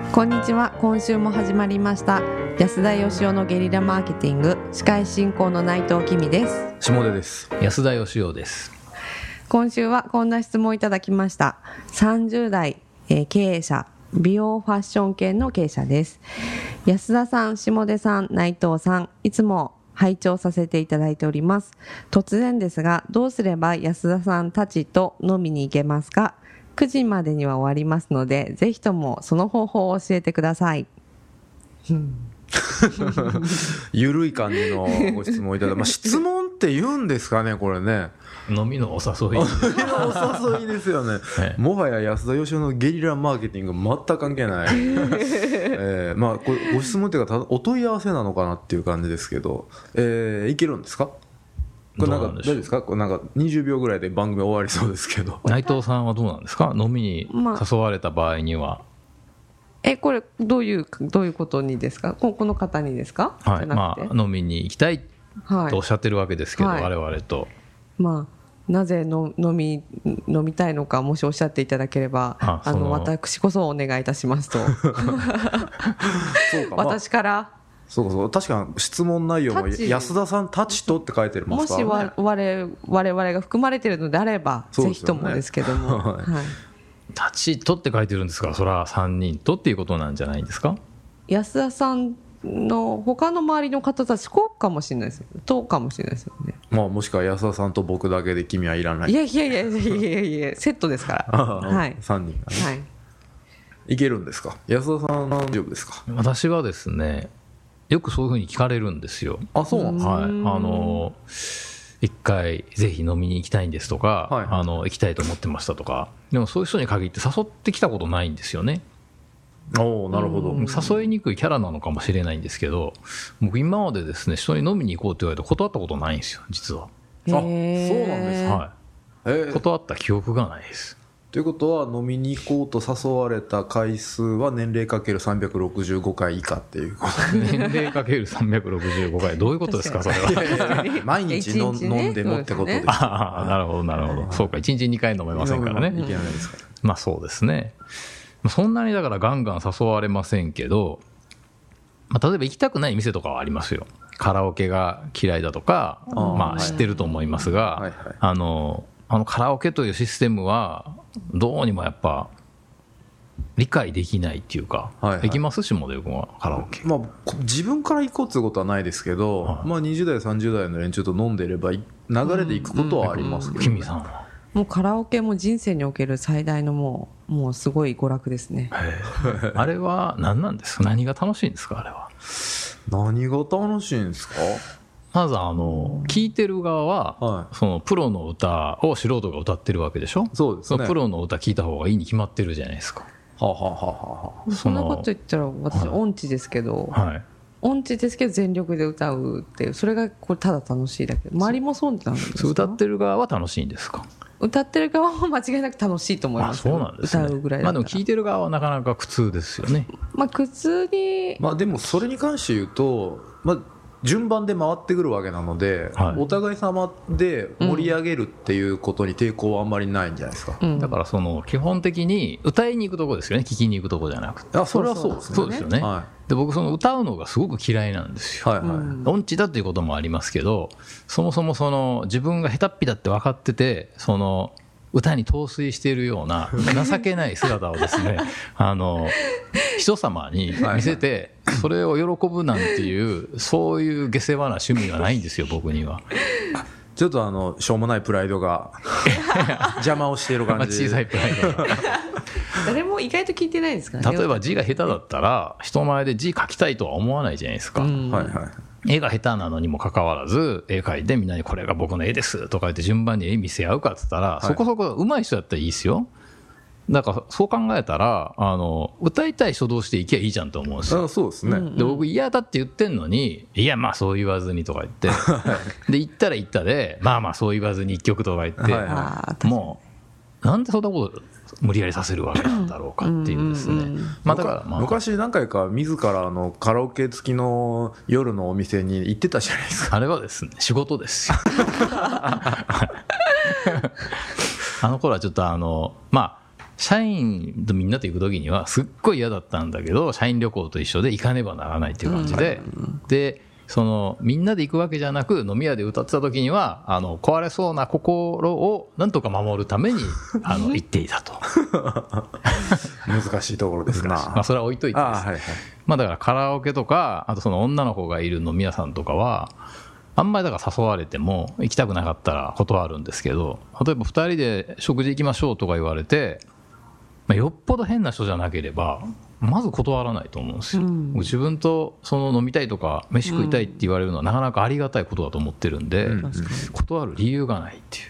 こんにちは。今週も始まりました安田義雄のゲリラマーケティング、司会進行の内藤君です。 下出です。 安田義雄です。 今週はこんな質問をいただきました。30代、経営者、美容ファッション系の経営者です。安田さん、下出さん、内藤さん、いつも拝聴させていただいております。突然ですが、どうすれば安田さんたちと飲みに行けますか？9時までには終わりますので、ぜひともその方法を教えてください。 ゆるい感じのご質問いただいて、質問って言うんですかね、これね。 飲みのお誘い。 飲みのお誘いですよね。もはや安田義雄のゲリラマーケティング全く関係ない。これご質問っていうか、お問い合わせなのかなっていう感じですけど、いけるんですか？これなんか大丈夫ですか？これなんか20秒ぐらいで番組終わりそうですけど。 内藤さんはどうなんですか？飲みに誘われた場合には、 これどういうことにですか？この方にですか？ はい、飲みに行きたいとおっしゃってるわけですけど、我々となぜ飲みたいのか、もしおっしゃっていただければ、私こそお願いいたしますと。そうか、私からそう確かに質問内容も安田さんたちとって書いてますからね。 もし我々が含まれているのであれば、ぜひともですけども、はい、 たちとって書いてるんですから、それは3人とっていうことなんじゃないんですか？安田さんの他の周りの方たちこうかもしれないですとかもしれないですよね。 もしくは安田さんと僕だけで君はいらない。 いやセットですから。はい、 3人がね、はい、いけるんですか？安田さん大丈夫ですか？ 私はですね、よくそういうふうに聞かれるんですよ。 あ、そうなんですか？ はい、一回ぜひ飲みに行きたいんですとか、行きたいと思ってましたとか。でもそういう人に限って誘ってきたことないんですよね。 おー、なるほど。 誘いにくいキャラなのかもしれないんですけど、僕今までですね、人に飲みに行こうって言われて断ったことないんですよ、実は。 そうなんですか？ はい、断った記憶がないです。 ということは、飲みに行こうと誘われた回数は年齢かける365回以下っていうこと。 年齢かける365回、どういうことですか、それは。 毎日飲んでもってことです。 なるほどなるほど。そうか、1日2回飲めませんからね。 いけないですから。 そうですね。そんなにだからガンガン誘われませんけど、例えば行きたくない店とかはありますよ。カラオケが嫌いだとか、知ってると思いますが、カラオケというシステムはどうにもやっぱ理解できないっていうか、行きます？下出君はカラオケ。 自分から行こうってことはないですけど、20代30代の連中と飲んでいれば流れで行くことはありますけど、 君さんはもうカラオケも人生における最大のもうすごい娯楽ですね。 あれは何なんですか？何が楽しいんですか？あれは何が楽しいんですか？ まず聞いてる側は、そのプロの歌を素人が歌ってるわけでしょ。 そうですね。 そのプロの歌聞いた方がいいに決まってるじゃないですか。 そんなこと言ったら私音痴ですけど、音痴ですけど全力で歌うっていう、それがこれただ楽しいだけ。周りもそうなんですか？ 歌ってる側は楽しいんですか？ 歌ってる側も間違いなく楽しいと思います。 そうなんですね。 歌うぐらいだったら。 でも聞いてる側はなかなか苦痛ですよね。 苦痛に。 でもそれに関して言うと、順番で回ってくるわけなので、お互い様で盛り上げるっていうことに抵抗はあんまりないんじゃないですか。 だから基本的に歌いに行くとこですよね、聞きに行くとこじゃなくて。 それはそうですね。 そうですよね。で僕歌うのがすごく嫌いなんですよ。音痴だっていうこともありますけど、そもそも自分が下手っぴだって分かってて、歌に陶酔しているような情けない姿をですね人様に見せてそれを喜ぶなんていうそういう下世話な趣味はないんですよ、僕には。 ちょっとしょうもないプライドが邪魔をしている感じ。 小さいプライドが誰も意外と聞いてないですからね。 例えば字が下手だったら人前で字書きたいとは思わないじゃないですか。絵が下手なのにもかかわらず絵描いてみんなにこれが僕の絵ですとか言って順番に絵見せ合うかっつったら、そこそこ上手い人だったらいいですよ。だからそう考えたら歌いたい人同士で行けばいいじゃんと思うんですよ。 そうですね。 で僕嫌だって言ってんのに、いやそう言わずにとか言ってで行ったら行ったでそう言わずに一曲とか言って、もうなんでそんなこと無理やりさせるわけなんだろうかっていうですね。だから昔何回か自らカラオケ付きの夜のお店に行ってたじゃないですか。 あれはですね、仕事ですよ。あの頃はちょっと社員とみんなと行く時にはすっごい嫌だったんだけど、社員旅行と一緒で行かねばならないっていう感じで、でそのみんなで行くわけじゃなく飲み屋で歌ってた時には壊れそうな心をなんとか守るために行っていたと難しいところですな。 まあそれは置いといてです、 はいはい、 まあだからカラオケとか、あとその女の子がいる飲み屋さんとかはあんまりだから誘われても行きたくなかったら断るんですけど、例えば2人で食事行きましょうとか言われて、まあ、よっぽど変な人じゃなければまず断らないと思うんですよ、自分とその飲みたいとか飯食いたいって言われるのはなかなかありがたいことだと思ってるんで、断る理由がないっていう。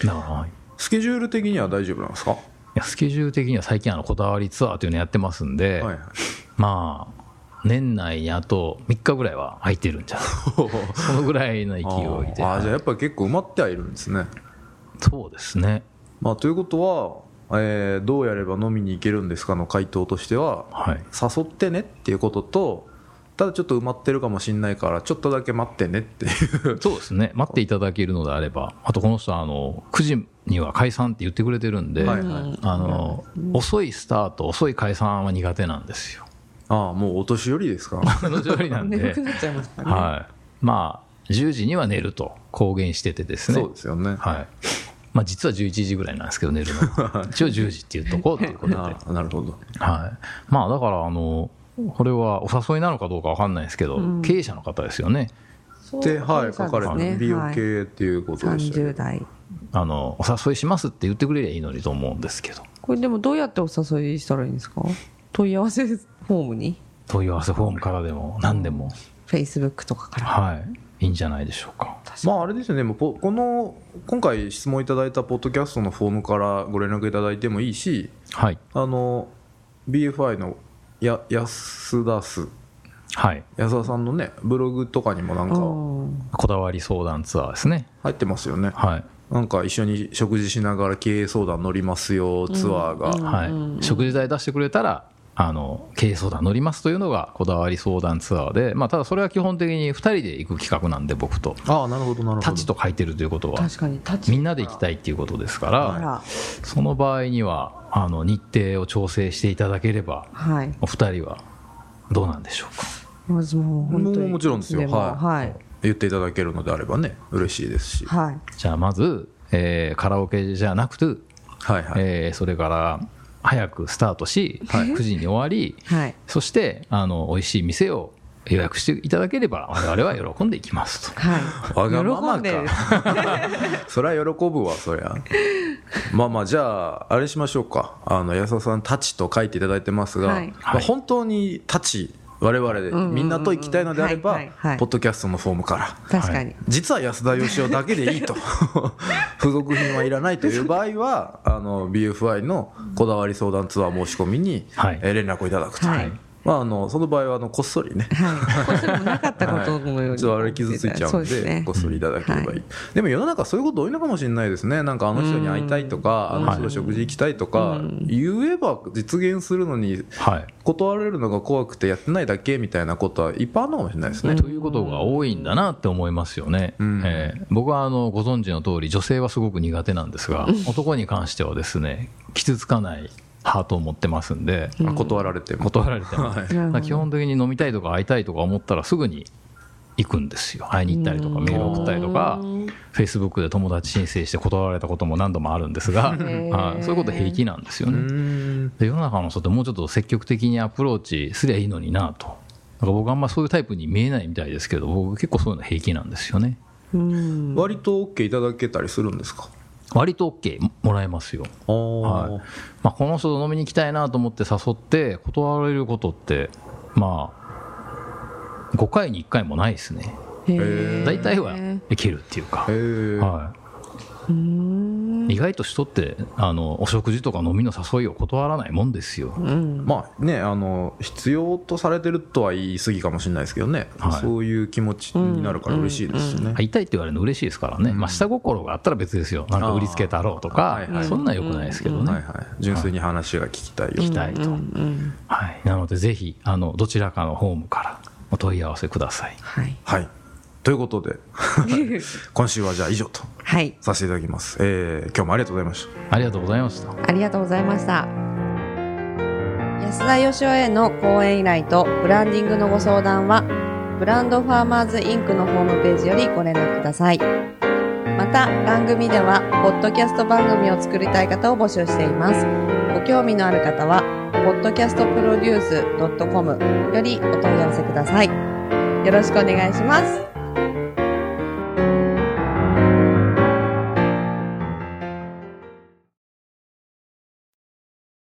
だからスケジュール的には大丈夫なんですか？ いやスケジュール的には最近こだわりツアーというのやってますんで、はいはい、まあ年内にあと3日ぐらいは空いてるんじゃないそのぐらいの勢いで。 じゃあやっぱり結構埋まってはいるんですね。 そうですね、 まあ、ということはどうやれば飲みに行けるんですかの回答としては、はい、誘ってねっていうことと、ただちょっと埋まってるかもしれないからちょっとだけ待ってねっていうそうですね、待っていただけるのであれば。あとこの人は9時には解散って言ってくれてるんで、はいはい、遅いスタート遅い解散は苦手なんですよ。 ああ、もうお年寄りですか？ お年寄りなんで眠くなっちゃいますかね、 はい、まあ10時には寝ると公言しててですね。 そうですよね、 はい、まあ、実は11時ぐらいなんですけど寝るの一応10時って言っとこうということでなるほど、 はい、まあだからこれはお誘いなのかどうか分かんないですけど、経営者の方ですよねで、はい、書かれてる美容系っていうことでしたけど、 30代お誘いしますって言ってくれりゃいいのにと思うんですけど、これでもどうやってお誘いしたらいいんですか？問い合わせフォームに、 問い合わせフォームからでも何でも、 フェイスブックとかから、 はい、いいんじゃないでしょうか。 まああれですよね、もう今回質問いただいたポッドキャストのフォームからご連絡いただいてもいいし、 はい、 BFI の安田す、 はい、 安田さんのねブログとかにもなんかこだわり相談ツアーですね入ってますよね、 はい、 なんか一緒に食事しながら経営相談乗りますよツアーが、 はい、食事代出してくれたら経営相談乗りますというのがこだわり相談ツアーで、まあ、ただそれは基本的に2人で行く企画なんで、僕と。 ああ、なるほどなるほど。 タッチと書いてるということはみんなで行きたいっていうことですから、その場合には日程を調整していただければ、はい、お二人はどうなんでしょうか。 まずもう本当にもちろんですよ、はいはい、言っていただけるのであればね嬉しいですし、 はい、 じゃあまず、カラオケじゃなくて、はいはい、それから早くスタートし、はい、9時に終わり、はい、そして美味しい店を予約していただければ我々は喜んでいきますと、 はい、 わがままかそれは喜ぶわそりゃまあまあ、じゃああれしましょうか。安田さんタチと書いていただいてますが、はい、まあ、本当にタチ我々でみんなと行きたいのであればポッドキャストのフォームから、 確かに、 実は安田義雄だけでいいと付属品はいらないという場合はBFI のこだわり相談ツアー申し込みに連絡をいただくと、はい、まあ、その場合はこっそりね、 はい、こっそりもなかったことのように、 ちょっとあれ傷ついちゃうん でこっそりいただければいい、でも世の中そういうこと多いのかもしれないですね。なんか人に会いたいとか人と食事行きたいとか言えば実現するのに断られるのが怖くてやってないだけみたいなことはいっぱいあるのかもしれないですね、 ということが多いんだなって思いますよね、僕はご存知の通り女性はすごく苦手なんですが、男に関してはですね傷つかないハートを持ってますんで、 断られても、 はい、基本的に飲みたいとか会いたいとか思ったらすぐに行くんですよ。会いに行ったりとかメール送ったりとか、フェイスブックで友達申請して断られたことも何度もあるんですが、そういうこと平気なんですよね。で世の中の人ってもうちょっと積極的にアプローチすりゃいいのになと。だから僕あんまそういうタイプに見えないみたいですけど、僕結構そういうの平気なんですよね。 割と OK いただけたりするんですか？ 割と OK もらえますよ、はい、まあ、この人と飲みに行きたいなと思って誘って断られることってまあ5回に1回もないですね。大体はいけるっていうか、はい、意外と人ってお食事とか飲みの誘いを断らないもんですよ、 まあね、必要とされてるとは言い過ぎかもしれないですけどね、はい、そういう気持ちになるから嬉しいですよね、 会いたいって言われるの嬉しいですからね、まあ、下心があったら別ですよ。なんか売りつけたろうとか、そんなんよくないですけどね、はいはい、 純粋に話が聞きたいよ、 聞きたいと、はい、なのでぜひどちらかのホームからお問い合わせください。 はい、はい、とということで今週はじゃあ以上とさせていただきます、今日もありがとうございました。 ありがとうございました。 ありがとうございました。安田義雄への講演依頼とブランディングのご相談はブランドファーマーズインクのホームページよりご連絡ください。また番組ではポッドキャスト番組を作りたい方を募集しています。ご興味のある方は podcastproduce.com よりお問い合わせください。よろしくお願いします。